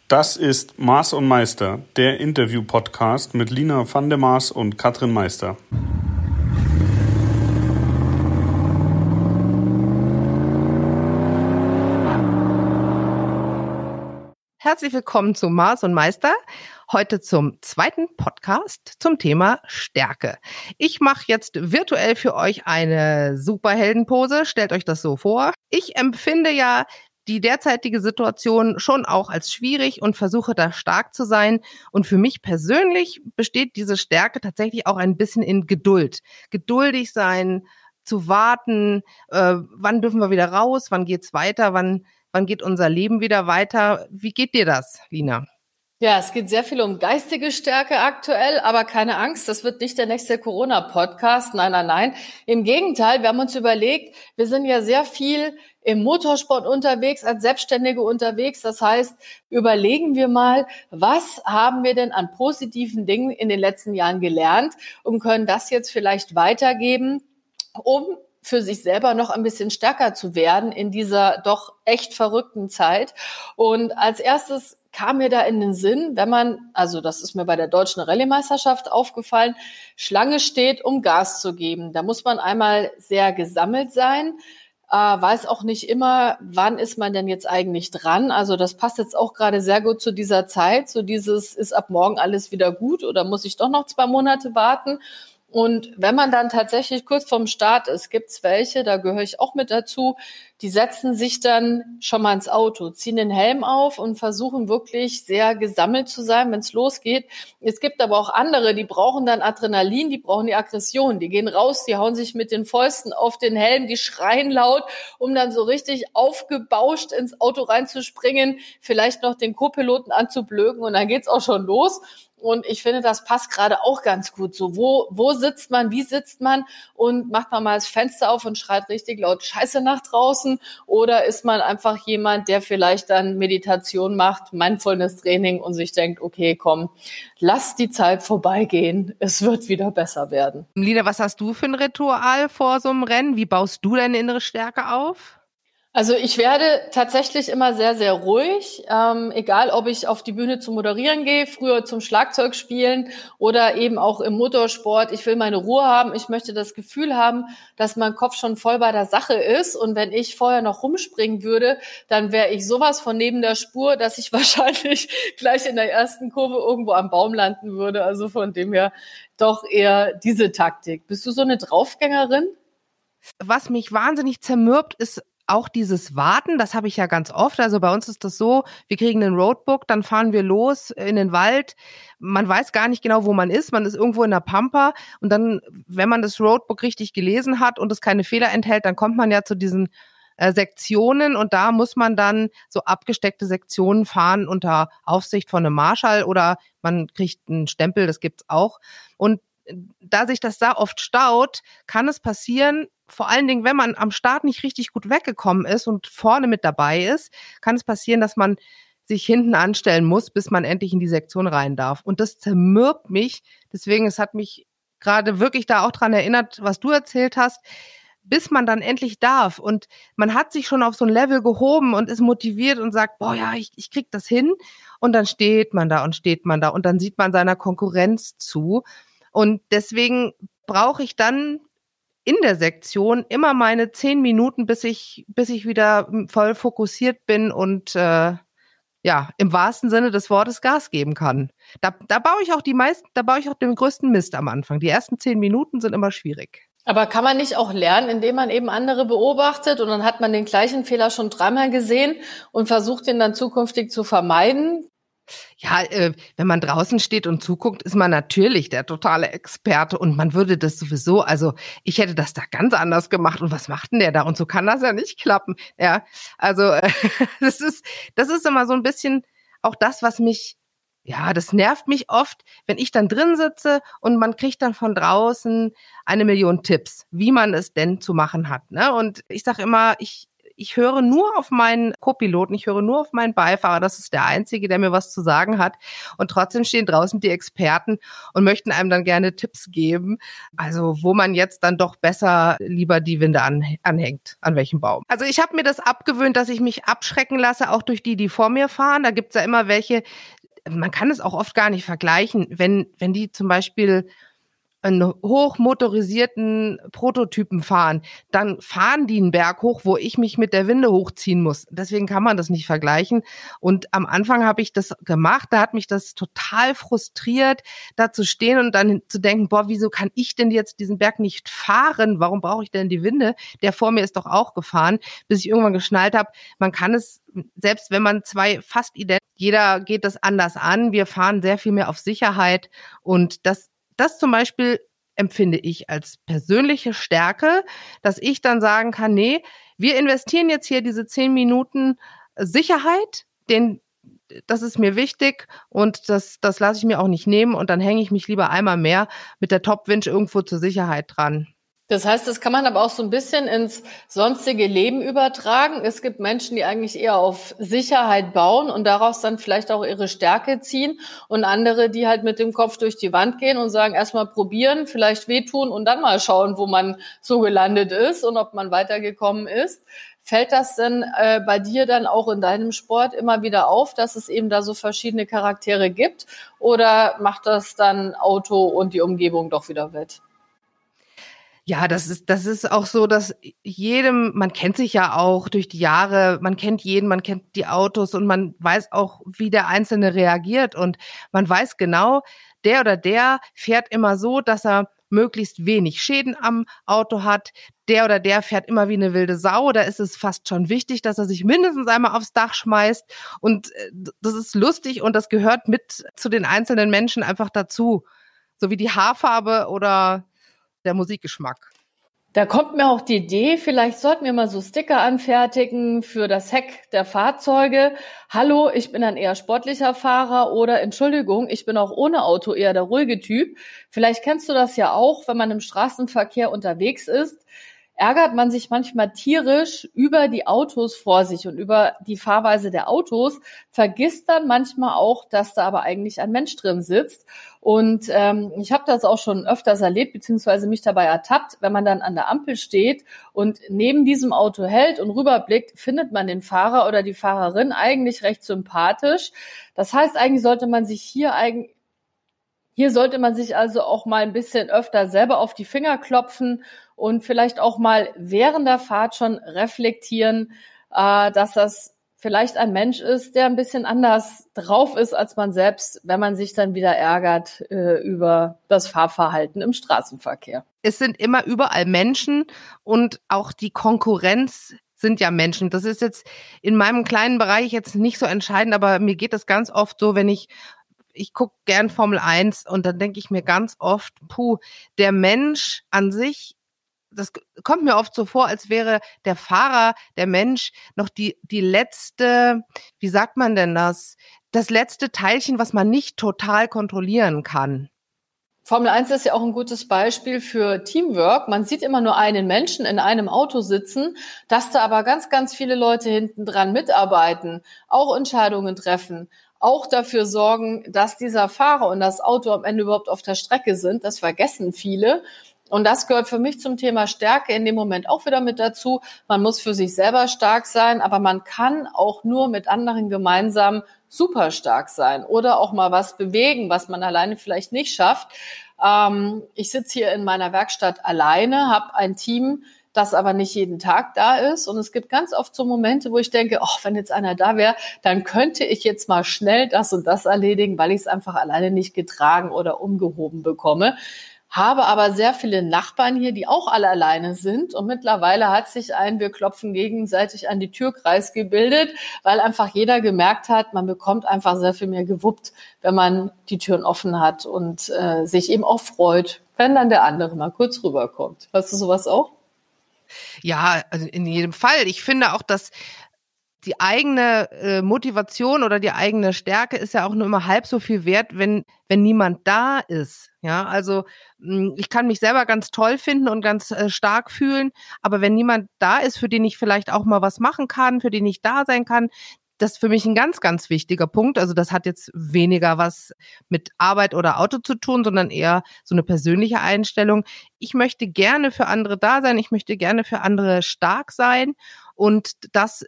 Das ist Maß und Meister, der Interview-Podcast mit Lina van der Maas und Katrin Meister. Herzlich willkommen zu Maß und Meister. Heute zum zweiten Podcast zum Thema Stärke. Ich mache jetzt virtuell für euch eine Superheldenpose. Stellt euch das so vor. Ich empfinde ja die derzeitige Situation schon auch als schwierig und versuche da stark zu sein. Und für mich persönlich besteht diese Stärke tatsächlich auch ein bisschen in Geduld. Geduldig sein, zu warten, wann dürfen wir wieder raus, wann geht's weiter, wann geht unser Leben wieder weiter. Wie geht dir das, Lina? Ja, es geht sehr viel um geistige Stärke aktuell, aber keine Angst, das wird nicht der nächste Corona-Podcast. Nein. Im Gegenteil, wir haben uns überlegt, wir sind ja sehr viel im Motorsport unterwegs, als Selbstständige unterwegs. Das heißt, überlegen wir mal, was haben wir denn an positiven Dingen in den letzten Jahren gelernt und können das jetzt vielleicht weitergeben, um für sich selber noch ein bisschen stärker zu werden in dieser doch echt verrückten Zeit. Und als erstes kam mir da in den Sinn, wenn man, also das ist mir bei der Deutschen Rallye-Meisterschaft aufgefallen, Schlange steht, um Gas zu geben. Da muss man einmal sehr gesammelt sein, weiß auch nicht immer, wann ist man denn jetzt eigentlich dran. Also das passt jetzt auch gerade sehr gut zu dieser Zeit. So dieses, ist ab morgen alles wieder gut oder muss ich doch noch 2 Monate warten? Und wenn man dann tatsächlich kurz vorm Start ist, gibt's welche, da gehöre ich auch mit dazu, die setzen sich dann schon mal ins Auto, ziehen den Helm auf und versuchen wirklich sehr gesammelt zu sein, wenn es losgeht. Es gibt aber auch andere, die brauchen dann Adrenalin, die brauchen die Aggression, die gehen raus, die hauen sich mit den Fäusten auf den Helm, die schreien laut, um dann so richtig aufgebauscht ins Auto reinzuspringen, vielleicht noch den Co-Piloten anzublöken und dann geht's auch schon los. Und ich finde, das passt gerade auch ganz gut so. Wo sitzt man, wie sitzt man und macht man mal das Fenster auf und schreit richtig laut Scheiße nach draußen? Oder ist man einfach jemand, der vielleicht dann Meditation macht, Mindfulness-Training und sich denkt, okay, komm, lass die Zeit vorbeigehen, es wird wieder besser werden. Lina, was hast du für ein Ritual vor so einem Rennen? Wie baust du deine innere Stärke auf? Also ich werde tatsächlich immer sehr, sehr ruhig, egal ob ich auf die Bühne zum Moderieren gehe, früher zum Schlagzeug spielen oder eben auch im Motorsport. Ich will meine Ruhe haben, ich möchte das Gefühl haben, dass mein Kopf schon voll bei der Sache ist und wenn ich vorher noch rumspringen würde, dann wäre ich sowas von neben der Spur, dass ich wahrscheinlich gleich in der ersten Kurve irgendwo am Baum landen würde. Also von dem her doch eher diese Taktik. Bist du so eine Draufgängerin? Was mich wahnsinnig zermürbt, ist auch dieses Warten, das habe ich ja ganz oft. Also bei uns ist das so, wir kriegen ein Roadbook, dann fahren wir los in den Wald. Man weiß gar nicht genau, wo man ist irgendwo in der Pampa. Und dann, wenn man das Roadbook richtig gelesen hat und es keine Fehler enthält, dann kommt man ja zu diesen Sektionen und da muss man dann so abgesteckte Sektionen fahren unter Aufsicht von einem Marschall oder man kriegt einen Stempel, das gibt's auch. Und da sich das da oft staut, kann es passieren, vor allen Dingen, wenn man am Start nicht richtig gut weggekommen ist und vorne mit dabei ist, kann es passieren, dass man sich hinten anstellen muss, bis man endlich in die Sektion rein darf. Und das zermürbt mich. Deswegen, es hat mich gerade wirklich da auch dran erinnert, was du erzählt hast, bis man dann endlich darf. Und man hat sich schon auf so ein Level gehoben und ist motiviert und sagt, boah, ja, ich krieg das hin. Und dann steht man da und dann sieht man seiner Konkurrenz zu. Und deswegen brauche ich dann in der Sektion immer meine 10 Minuten, bis ich wieder voll fokussiert bin und im wahrsten Sinne des Wortes Gas geben kann. Da baue ich auch den größten Mist am Anfang. Die ersten 10 Minuten sind immer schwierig. Aber kann man nicht auch lernen, indem man eben andere beobachtet und dann hat man den gleichen Fehler schon 3-mal gesehen und versucht, ihn dann zukünftig zu vermeiden? Ja, wenn man draußen steht und zuguckt, ist man natürlich der totale Experte und man würde das sowieso, also ich hätte das da ganz anders gemacht und was macht denn der da? Und so kann das ja nicht klappen. Ja, also das ist immer so ein bisschen auch das, was mich, ja, das nervt mich oft, wenn ich dann drin sitze und man kriegt dann von draußen 1 Million Tipps, wie man es denn zu machen hat. Ne? Und ich sage immer, ich ich höre nur auf meinen Co-Piloten, ich höre nur auf meinen Beifahrer. Das ist der Einzige, der mir was zu sagen hat. Und trotzdem stehen draußen die Experten und möchten einem dann gerne Tipps geben. Also wo man jetzt dann doch besser lieber die Winde anhängt, an welchem Baum. Also ich habe mir das abgewöhnt, dass ich mich abschrecken lasse, auch durch die vor mir fahren. Da gibt's ja immer welche, man kann es auch oft gar nicht vergleichen, wenn die zum Beispiel einen hochmotorisierten Prototypen fahren, dann fahren die einen Berg hoch, wo ich mich mit der Winde hochziehen muss. Deswegen kann man das nicht vergleichen. Und am Anfang habe ich das gemacht, da hat mich das total frustriert, da zu stehen und dann zu denken, boah, wieso kann ich denn jetzt diesen Berg nicht fahren? Warum brauche ich denn die Winde? Der vor mir ist doch auch gefahren, bis ich irgendwann geschnallt habe, man kann es, selbst wenn man zwei fast ident, jeder geht das anders an. Wir fahren sehr viel mehr auf Sicherheit und das zum Beispiel empfinde ich als persönliche Stärke, dass ich dann sagen kann, nee, wir investieren jetzt hier diese 10 Minuten Sicherheit, das ist mir wichtig und das lasse ich mir auch nicht nehmen und dann hänge ich mich lieber einmal mehr mit der Top-Winch irgendwo zur Sicherheit dran. Das heißt, das kann man aber auch so ein bisschen ins sonstige Leben übertragen. Es gibt Menschen, die eigentlich eher auf Sicherheit bauen und daraus dann vielleicht auch ihre Stärke ziehen und andere, die halt mit dem Kopf durch die Wand gehen und sagen, erstmal probieren, vielleicht wehtun und dann mal schauen, wo man so gelandet ist und ob man weitergekommen ist. Fällt das denn bei dir dann auch in deinem Sport immer wieder auf, dass es eben da so verschiedene Charaktere gibt oder macht das dann Auto und die Umgebung doch wieder wett? Ja, das ist auch so, dass man kennt sich ja auch durch die Jahre, man kennt jeden, man kennt die Autos und man weiß auch, wie der Einzelne reagiert und man weiß genau, der oder der fährt immer so, dass er möglichst wenig Schäden am Auto hat. Der oder der fährt immer wie eine wilde Sau. Da ist es fast schon wichtig, dass er sich mindestens einmal aufs Dach schmeißt. Und das ist lustig und das gehört mit zu den einzelnen Menschen einfach dazu. So wie die Haarfarbe oder der Musikgeschmack. Da kommt mir auch die Idee, vielleicht sollten wir mal so Sticker anfertigen für das Heck der Fahrzeuge. Hallo, ich bin ein eher sportlicher Fahrer oder Entschuldigung, ich bin auch ohne Auto eher der ruhige Typ. Vielleicht kennst du das ja auch, wenn man im Straßenverkehr unterwegs ist. Ärgert man sich manchmal tierisch über die Autos vor sich und über die Fahrweise der Autos, vergisst dann manchmal auch, dass da aber eigentlich ein Mensch drin sitzt. Und ich habe das auch schon öfters erlebt, beziehungsweise mich dabei ertappt, wenn man dann an der Ampel steht und neben diesem Auto hält und rüberblickt, findet man den Fahrer oder die Fahrerin eigentlich recht sympathisch. Das heißt, eigentlich sollte man sich hier sollte man sich also auch mal ein bisschen öfter selber auf die Finger klopfen und vielleicht auch mal während der Fahrt schon reflektieren, dass das vielleicht ein Mensch ist, der ein bisschen anders drauf ist als man selbst, wenn man sich dann wieder ärgert über das Fahrverhalten im Straßenverkehr. Es sind immer überall Menschen und auch die Konkurrenz sind ja Menschen. Das ist jetzt in meinem kleinen Bereich jetzt nicht so entscheidend, aber mir geht es ganz oft so, wenn ich gucke gern Formel 1 und dann denke ich mir ganz oft, der Mensch an sich, das kommt mir oft so vor, als wäre der Fahrer, der Mensch, noch die letzte, wie sagt man denn das letzte Teilchen, was man nicht total kontrollieren kann. Formel 1 ist ja auch ein gutes Beispiel für Teamwork. Man sieht immer nur einen Menschen in einem Auto sitzen, dass da aber ganz, ganz viele Leute hinten dran mitarbeiten, auch Entscheidungen treffen, auch dafür sorgen, dass dieser Fahrer und das Auto am Ende überhaupt auf der Strecke sind. Das vergessen viele. Und das gehört für mich zum Thema Stärke in dem Moment auch wieder mit dazu. Man muss für sich selber stark sein, aber man kann auch nur mit anderen gemeinsam super stark sein oder auch mal was bewegen, was man alleine vielleicht nicht schafft. Ich sitze hier in meiner Werkstatt alleine, habe ein Team, das aber nicht jeden Tag da ist. Und es gibt ganz oft so Momente, wo ich denke, wenn jetzt einer da wäre, dann könnte ich jetzt mal schnell das und das erledigen, weil ich es einfach alleine nicht getragen oder umgehoben bekomme. Habe aber sehr viele Nachbarn hier, die auch alle alleine sind. Und mittlerweile hat sich wir klopfen gegenseitig an die Türkreis gebildet, weil einfach jeder gemerkt hat, man bekommt einfach sehr viel mehr gewuppt, wenn man die Türen offen hat und sich eben auch freut, wenn dann der andere mal kurz rüberkommt. Hast du sowas auch? Ja, also in jedem Fall. Ich finde auch, dass die eigene Motivation oder die eigene Stärke ist ja auch nur immer halb so viel wert, wenn niemand da ist. Ja, also ich kann mich selber ganz toll finden und ganz stark fühlen, aber wenn niemand da ist, für den ich vielleicht auch mal was machen kann, für den ich da sein kann, das ist für mich ein ganz, ganz wichtiger Punkt. Also das hat jetzt weniger was mit Arbeit oder Auto zu tun, sondern eher so eine persönliche Einstellung. Ich möchte gerne für andere da sein. Ich möchte gerne für andere stark sein. Und das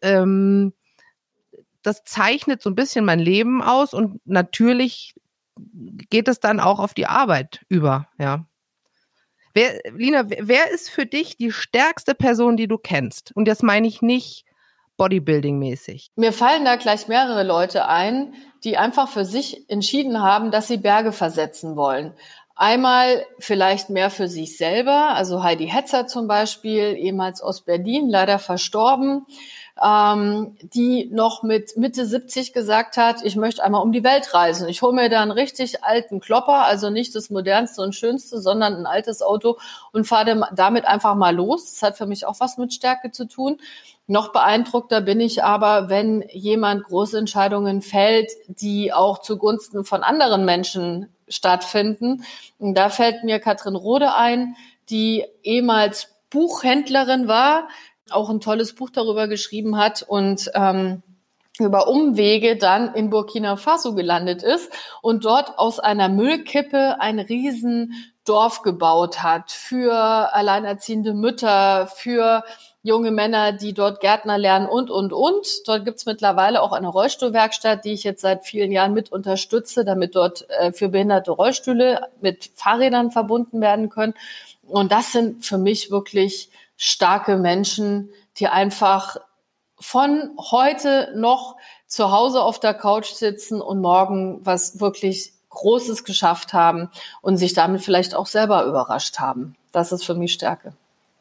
zeichnet so ein bisschen mein Leben aus. Und natürlich geht es dann auch auf die Arbeit über, ja. Lina, wer ist für dich die stärkste Person, die du kennst? Und das meine ich nicht Bodybuilding-mäßig. Mir fallen da gleich mehrere Leute ein, die einfach für sich entschieden haben, dass sie Berge versetzen wollen. Einmal vielleicht mehr für sich selber, also Heidi Hetzer zum Beispiel, ehemals aus Berlin, leider verstorben, die noch mit Mitte 70 gesagt hat, ich möchte einmal um die Welt reisen. Ich hole mir da einen richtig alten Klopper, also nicht das modernste und schönste, sondern ein altes Auto und fahre damit einfach mal los. Das hat für mich auch was mit Stärke zu tun. Noch beeindruckter bin ich aber, wenn jemand große Entscheidungen fällt, die auch zugunsten von anderen Menschen stattfinden. Und da fällt mir Katrin Rode ein, die ehemals Buchhändlerin war, auch ein tolles Buch darüber geschrieben hat und über Umwege dann in Burkina Faso gelandet ist und dort aus einer Müllkippe ein Riesendorf gebaut hat für alleinerziehende Mütter, für junge Männer, die dort Gärtner lernen und. Dort gibt's mittlerweile auch eine Rollstuhlwerkstatt, die ich jetzt seit vielen Jahren mit unterstütze, damit dort für behinderte Rollstühle mit Fahrrädern verbunden werden können. Und das sind für mich wirklich starke Menschen, die einfach von heute noch zu Hause auf der Couch sitzen und morgen was wirklich Großes geschafft haben und sich damit vielleicht auch selber überrascht haben. Das ist für mich Stärke.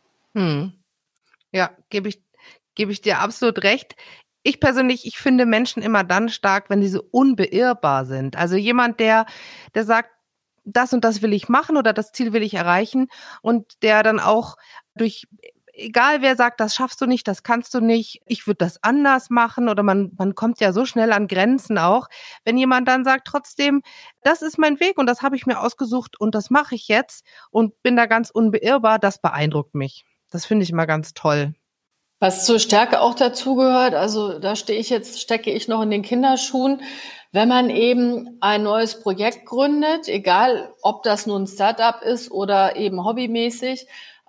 Ja, gebe ich dir absolut recht. Ich persönlich, ich finde Menschen immer dann stark, wenn sie so unbeirrbar sind. Also jemand, der sagt, das und das will ich machen oder das Ziel will ich erreichen und der dann auch egal wer sagt, das schaffst du nicht, das kannst du nicht, ich würde das anders machen oder man kommt ja so schnell an Grenzen auch. Wenn jemand dann sagt trotzdem, das ist mein Weg und das habe ich mir ausgesucht und das mache ich jetzt und bin da ganz unbeirrbar, das beeindruckt mich. Das finde ich immer ganz toll. Was zur Stärke auch dazugehört, also da stecke ich noch in den Kinderschuhen, wenn man eben ein neues Projekt gründet, egal ob das nun ein Start-up ist oder eben hobbymäßig,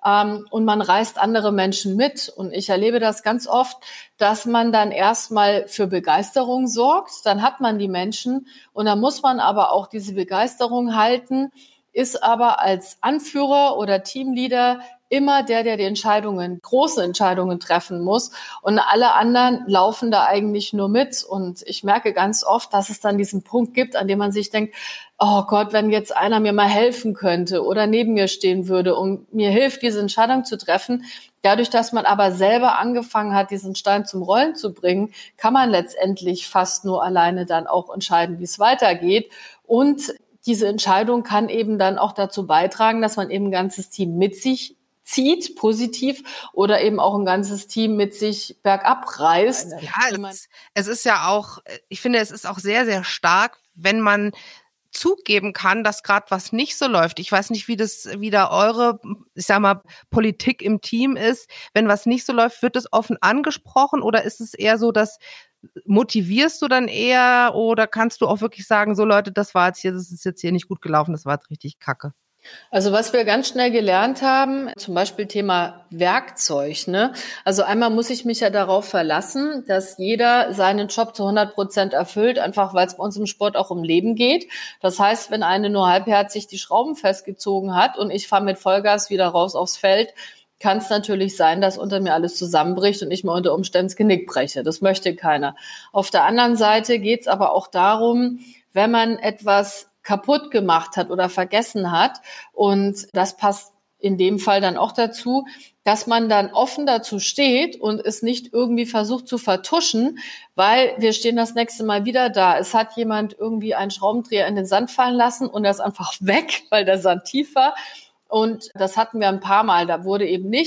und man reißt andere Menschen mit. Und ich erlebe das ganz oft, dass man dann erstmal für Begeisterung sorgt, dann hat man die Menschen und dann muss man aber auch diese Begeisterung halten, ist aber als Anführer oder Teamleader immer der die große Entscheidungen treffen muss. Und alle anderen laufen da eigentlich nur mit. Und ich merke ganz oft, dass es dann diesen Punkt gibt, an dem man sich denkt, oh Gott, wenn jetzt einer mir mal helfen könnte oder neben mir stehen würde und mir hilft, diese Entscheidung zu treffen. Dadurch, dass man aber selber angefangen hat, diesen Stein zum Rollen zu bringen, kann man letztendlich fast nur alleine dann auch entscheiden, wie es weitergeht. Und diese Entscheidung kann eben dann auch dazu beitragen, dass man eben ein ganzes Team mit sich zieht, positiv, oder eben auch ein ganzes Team mit sich bergab reißt. Ja, es ist ja auch, ich finde, es ist auch sehr, sehr stark, wenn man zugeben kann, dass gerade was nicht so läuft. Ich weiß nicht, wie da eure, ich sag mal, Politik im Team ist. Wenn was nicht so läuft, wird es offen angesprochen oder ist es eher so, dass motivierst du dann eher oder kannst du auch wirklich sagen, so Leute, das ist jetzt hier nicht gut gelaufen, das war jetzt richtig kacke? Also was wir ganz schnell gelernt haben, zum Beispiel Thema Werkzeug, ne? Also einmal muss ich mich ja darauf verlassen, dass jeder seinen Job zu 100% erfüllt, einfach weil es bei uns im Sport auch um Leben geht. Das heißt, wenn eine nur halbherzig die Schrauben festgezogen hat und ich fahre mit Vollgas wieder raus aufs Feld, kann es natürlich sein, dass unter mir alles zusammenbricht und ich mir unter Umständen das Genick breche. Das möchte keiner. Auf der anderen Seite geht es aber auch darum, wenn man etwas kaputt gemacht hat oder vergessen hat. Und das passt in dem Fall dann auch dazu, dass man dann offen dazu steht und es nicht irgendwie versucht zu vertuschen, weil wir stehen das nächste Mal wieder da. Es hat jemand irgendwie einen Schraubendreher in den Sand fallen lassen und er ist einfach weg, weil der Sand tief war. Und das hatten wir ein paar Mal. Da wurde eben nicht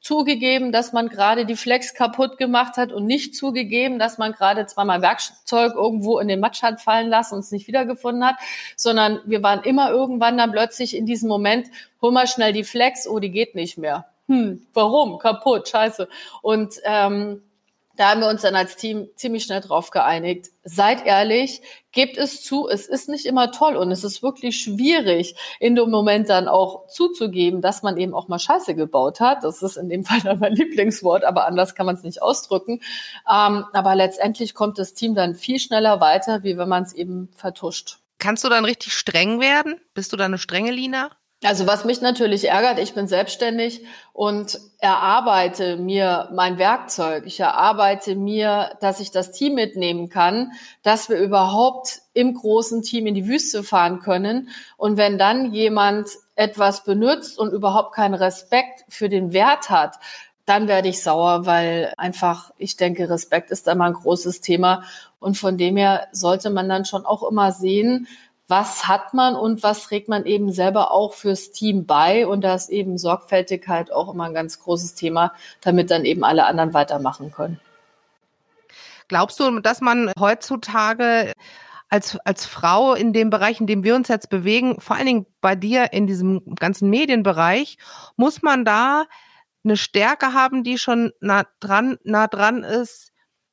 zugegeben, dass man gerade die Flex kaputt gemacht hat und nicht zugegeben, dass man gerade zweimal Werkzeug irgendwo in den Matsch hat fallen lassen und es nicht wiedergefunden hat, sondern wir waren immer irgendwann dann plötzlich in diesem Moment, hol mal schnell die Flex, oh, die geht nicht mehr. Warum? Kaputt, scheiße. Und da haben wir uns dann als Team ziemlich schnell drauf geeinigt. Seid ehrlich, gebt es zu, es ist nicht immer toll und es ist wirklich schwierig, in dem Moment dann auch zuzugeben, dass man eben auch mal Scheiße gebaut hat. Das ist in dem Fall dann mein Lieblingswort, aber anders kann man es nicht ausdrücken. Aber letztendlich kommt das Team dann viel schneller weiter, wie wenn man es eben vertuscht. Kannst du dann richtig streng werden? Bist du da eine strenge Lina? Also was mich natürlich ärgert, ich bin selbstständig und erarbeite mir mein Werkzeug. Ich erarbeite mir, dass ich das Team mitnehmen kann, dass wir überhaupt im großen Team in die Wüste fahren können. Und wenn dann jemand etwas benutzt und überhaupt keinen Respekt für den Wert hat, dann werde ich sauer, weil einfach, ich denke, Respekt ist immer ein großes Thema. Und von dem her sollte man dann schon auch immer sehen, was hat man und was trägt man eben selber auch fürs Team bei. Und da ist eben Sorgfältigkeit auch immer ein ganz großes Thema, damit dann eben alle anderen weitermachen können. Glaubst du, dass man heutzutage als Frau in dem Bereich, in dem wir uns jetzt bewegen, vor allen Dingen bei dir in diesem ganzen Medienbereich, muss man da eine Stärke haben, die schon nah dran ist,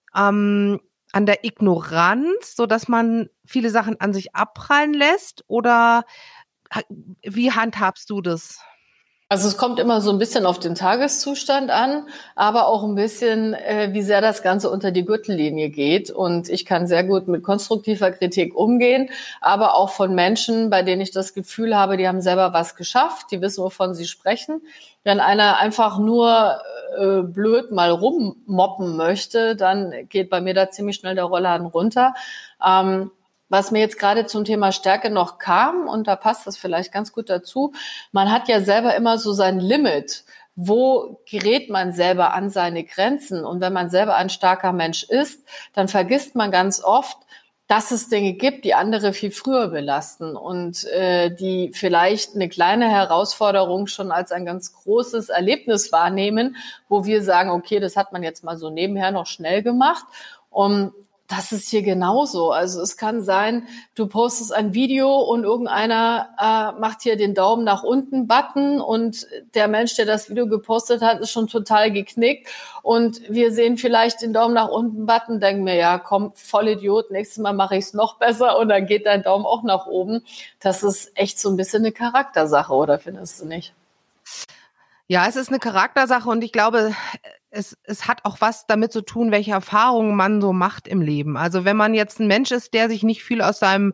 an der Ignoranz, so dass man viele Sachen an sich abprallen lässt? Oder wie handhabst du das? Also es kommt immer so ein bisschen auf den Tageszustand an, aber auch ein bisschen, wie sehr das Ganze unter die Gürtellinie geht. Und ich kann sehr gut mit konstruktiver Kritik umgehen, aber auch von Menschen, bei denen ich das Gefühl habe, die haben selber was geschafft, die wissen, wovon sie sprechen. Wenn einer einfach nur blöd mal rummoppen möchte, dann geht bei mir da ziemlich schnell der Rollladen runter. Was mir jetzt gerade zum Thema Stärke noch kam, und da passt das vielleicht ganz gut dazu, man hat ja selber immer so sein Limit. Wo gerät man selber an seine Grenzen? Und wenn man selber ein starker Mensch ist, dann vergisst man ganz oft, dass es Dinge gibt, die andere viel früher belasten und die vielleicht eine kleine Herausforderung schon als ein ganz großes Erlebnis wahrnehmen, wo wir sagen, okay, das hat man jetzt mal so nebenher noch schnell gemacht. Und das ist hier genauso. Also es kann sein, du postest ein Video und irgendeiner macht hier den Daumen nach unten Button und der Mensch, der das Video gepostet hat, ist schon total geknickt und wir sehen vielleicht den Daumen nach unten Button, denken mir, ja komm, voll Idiot, nächstes Mal mache ich es noch besser und dann geht dein Daumen auch nach oben. Das ist echt so ein bisschen eine Charaktersache, oder findest du nicht? Ja, es ist eine Charaktersache und ich glaube, es hat auch was damit zu tun, welche Erfahrungen man so macht im Leben. Also wenn man jetzt ein Mensch ist, der sich nicht viel aus seinem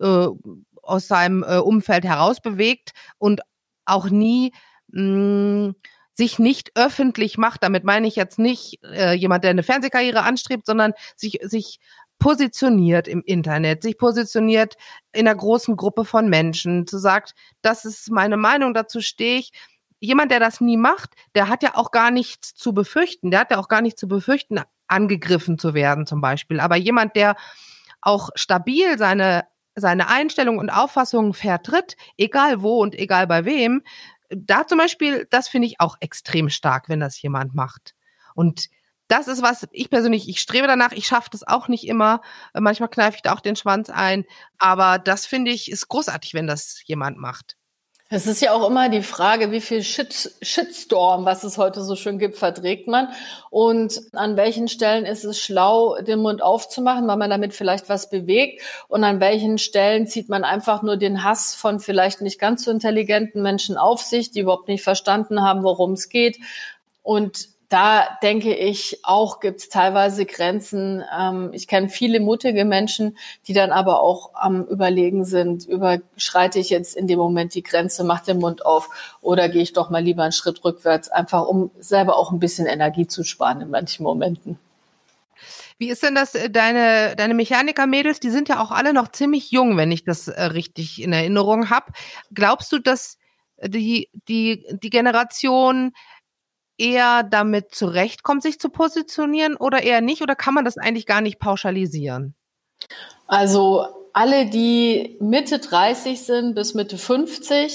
Umfeld herausbewegt und auch nie sich nicht öffentlich macht, damit meine ich jetzt nicht jemand, der eine Fernsehkarriere anstrebt, sondern sich positioniert im Internet, sich positioniert in einer großen Gruppe von Menschen, zu sagt, das ist meine Meinung, dazu stehe ich. Jemand, der das nie macht, der hat ja auch gar nichts zu befürchten. Der hat ja auch gar nichts zu befürchten, angegriffen zu werden zum Beispiel. Aber jemand, der auch stabil seine Einstellung und Auffassungen vertritt, egal wo und egal bei wem, da zum Beispiel, das finde ich auch extrem stark, wenn das jemand macht. Und das ist was, ich persönlich, ich strebe danach, ich schaffe das auch nicht immer. Manchmal kneife ich da auch den Schwanz ein. Aber das finde ich, ist großartig, wenn das jemand macht. Es ist ja auch immer die Frage, wie viel Shitstorm, was es heute so schön gibt, verträgt man und an welchen Stellen ist es schlau, den Mund aufzumachen, weil man damit vielleicht was bewegt und an welchen Stellen zieht man einfach nur den Hass von vielleicht nicht ganz so intelligenten Menschen auf sich, die überhaupt nicht verstanden haben, worum es geht. Und da denke ich auch, gibt es teilweise Grenzen. Ich kenne viele mutige Menschen, die dann aber auch am Überlegen sind, überschreite ich jetzt in dem Moment die Grenze, mach den Mund auf oder gehe ich doch mal lieber einen Schritt rückwärts, einfach um selber auch ein bisschen Energie zu sparen in manchen Momenten. Wie ist denn das, deine Mechaniker-Mädels, die sind ja auch alle noch ziemlich jung, wenn ich das richtig in Erinnerung habe. Glaubst du, dass die Generation eher damit zurechtkommt, sich zu positionieren oder eher nicht? Oder kann man das eigentlich gar nicht pauschalisieren? Also alle, die Mitte 30 sind bis Mitte 50,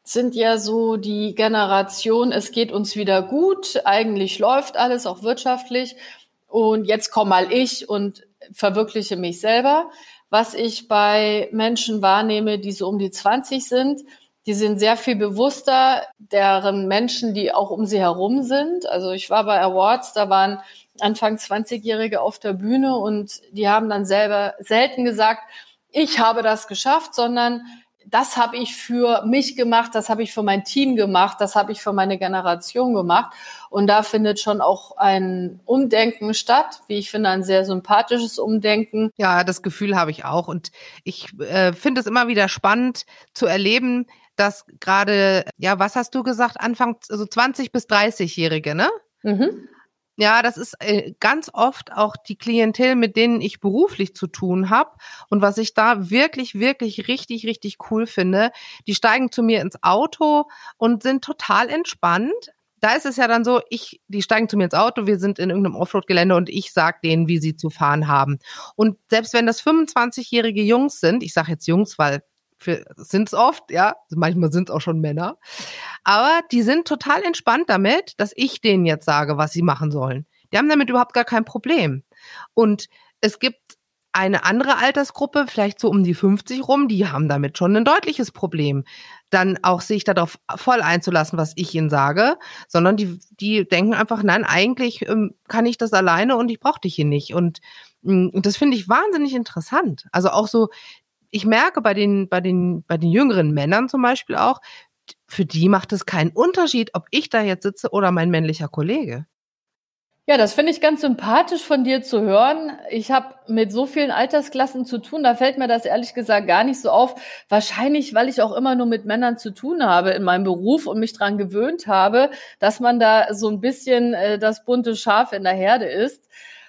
sind ja so die Generation, es geht uns wieder gut, eigentlich läuft alles, auch wirtschaftlich. Und jetzt komme mal ich und verwirkliche mich selber. Was ich bei Menschen wahrnehme, die so um die 20 sind, die sind sehr viel bewusster deren Menschen, die auch um sie herum sind. Also ich war bei Awards, da waren Anfang 20-Jährige auf der Bühne und die haben dann selber selten gesagt, ich habe das geschafft, sondern das habe ich für mich gemacht, das habe ich für mein Team gemacht, das habe ich für meine Generation gemacht. Und da findet schon auch ein Umdenken statt, wie ich finde, ein sehr sympathisches Umdenken. Ja, das Gefühl habe ich auch. Und ich finde es immer wieder spannend zu erleben, dass gerade, ja, was hast du gesagt, Anfang, also 20- bis 30-Jährige, ne? Mhm. Ja, das ist ganz oft auch die Klientel, mit denen ich beruflich zu tun habe. Und was ich da wirklich, wirklich richtig, richtig cool finde, die steigen zu mir ins Auto und sind total entspannt. Da ist es ja dann so, die steigen zu mir ins Auto, wir sind in irgendeinem Offroad-Gelände und ich sag denen, wie sie zu fahren haben. Und selbst wenn das 25-jährige Jungs sind, ich sage jetzt Jungs, weil sind es oft, ja, manchmal sind es auch schon Männer, aber die sind total entspannt damit, dass ich denen jetzt sage, was sie machen sollen. Die haben damit überhaupt gar kein Problem. Und es gibt eine andere Altersgruppe, vielleicht so um die 50 rum, die haben damit schon ein deutliches Problem, dann auch sich darauf voll einzulassen, was ich ihnen sage, sondern die denken einfach, nein, eigentlich kann ich das alleine und ich brauche dich hier nicht. Und das finde ich wahnsinnig interessant. Also auch so, ich merke bei den jüngeren Männern zum Beispiel auch, für die macht es keinen Unterschied, ob ich da jetzt sitze oder mein männlicher Kollege. Ja, das finde ich ganz sympathisch von dir zu hören. Ich habe mit so vielen Altersklassen zu tun, da fällt mir das ehrlich gesagt gar nicht so auf. Wahrscheinlich, weil ich auch immer nur mit Männern zu tun habe in meinem Beruf und mich dran gewöhnt habe, dass man da so ein bisschen das bunte Schaf in der Herde ist.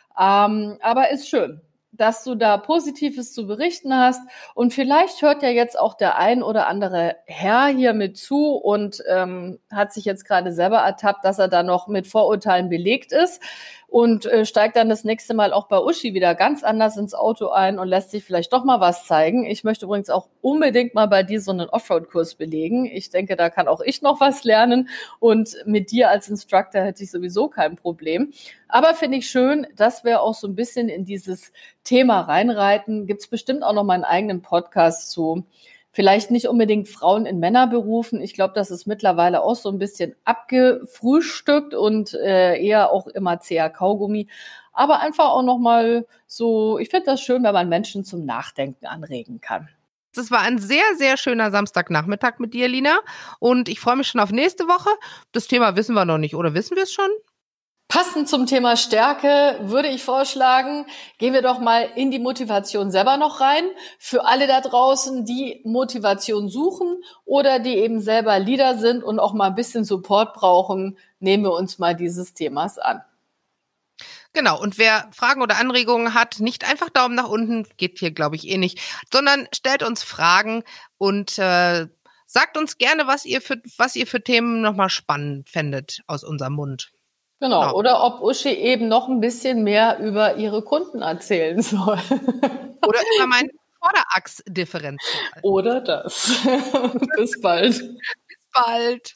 Aber ist schön, dass du da Positives zu berichten hast. Und vielleicht hört ja jetzt auch der ein oder andere Herr hier mit zu und hat sich jetzt gerade selber ertappt, dass er da noch mit Vorurteilen belegt ist und steigt dann das nächste Mal auch bei Uschi wieder ganz anders ins Auto ein und lässt sich vielleicht doch mal was zeigen. Ich möchte übrigens auch unbedingt mal bei dir so einen Offroad-Kurs belegen. Ich denke, da kann auch ich noch was lernen und mit dir als Instructor hätte ich sowieso kein Problem. Aber finde ich schön, dass wir auch so ein bisschen in dieses Thema reinreiten. Gibt's bestimmt auch noch mal einen eigenen Podcast zu. Vielleicht nicht unbedingt Frauen in Männerberufen. Ich glaube, das ist mittlerweile auch so ein bisschen abgefrühstückt und eher auch immer zäher Kaugummi. Aber einfach auch noch mal so, ich finde das schön, wenn man Menschen zum Nachdenken anregen kann. Das war ein sehr, sehr schöner Samstagnachmittag mit dir, Lina. Und ich freue mich schon auf nächste Woche. Das Thema wissen wir noch nicht, oder wissen wir es schon? Passend zum Thema Stärke würde ich vorschlagen, gehen wir doch mal in die Motivation selber noch rein. Für alle da draußen, die Motivation suchen oder die eben selber Leader sind und auch mal ein bisschen Support brauchen, nehmen wir uns mal dieses Themas an. Genau, und wer Fragen oder Anregungen hat, nicht einfach Daumen nach unten, geht hier, glaube ich, eh nicht, sondern stellt uns Fragen und sagt uns gerne, was ihr für Themen nochmal spannend fändet aus unserem Mund. Genau, oder ob Uschi eben noch ein bisschen mehr über ihre Kunden erzählen soll. Oder über meine Vorderachsdifferenz. Oder das. Bis bald. Bis bald.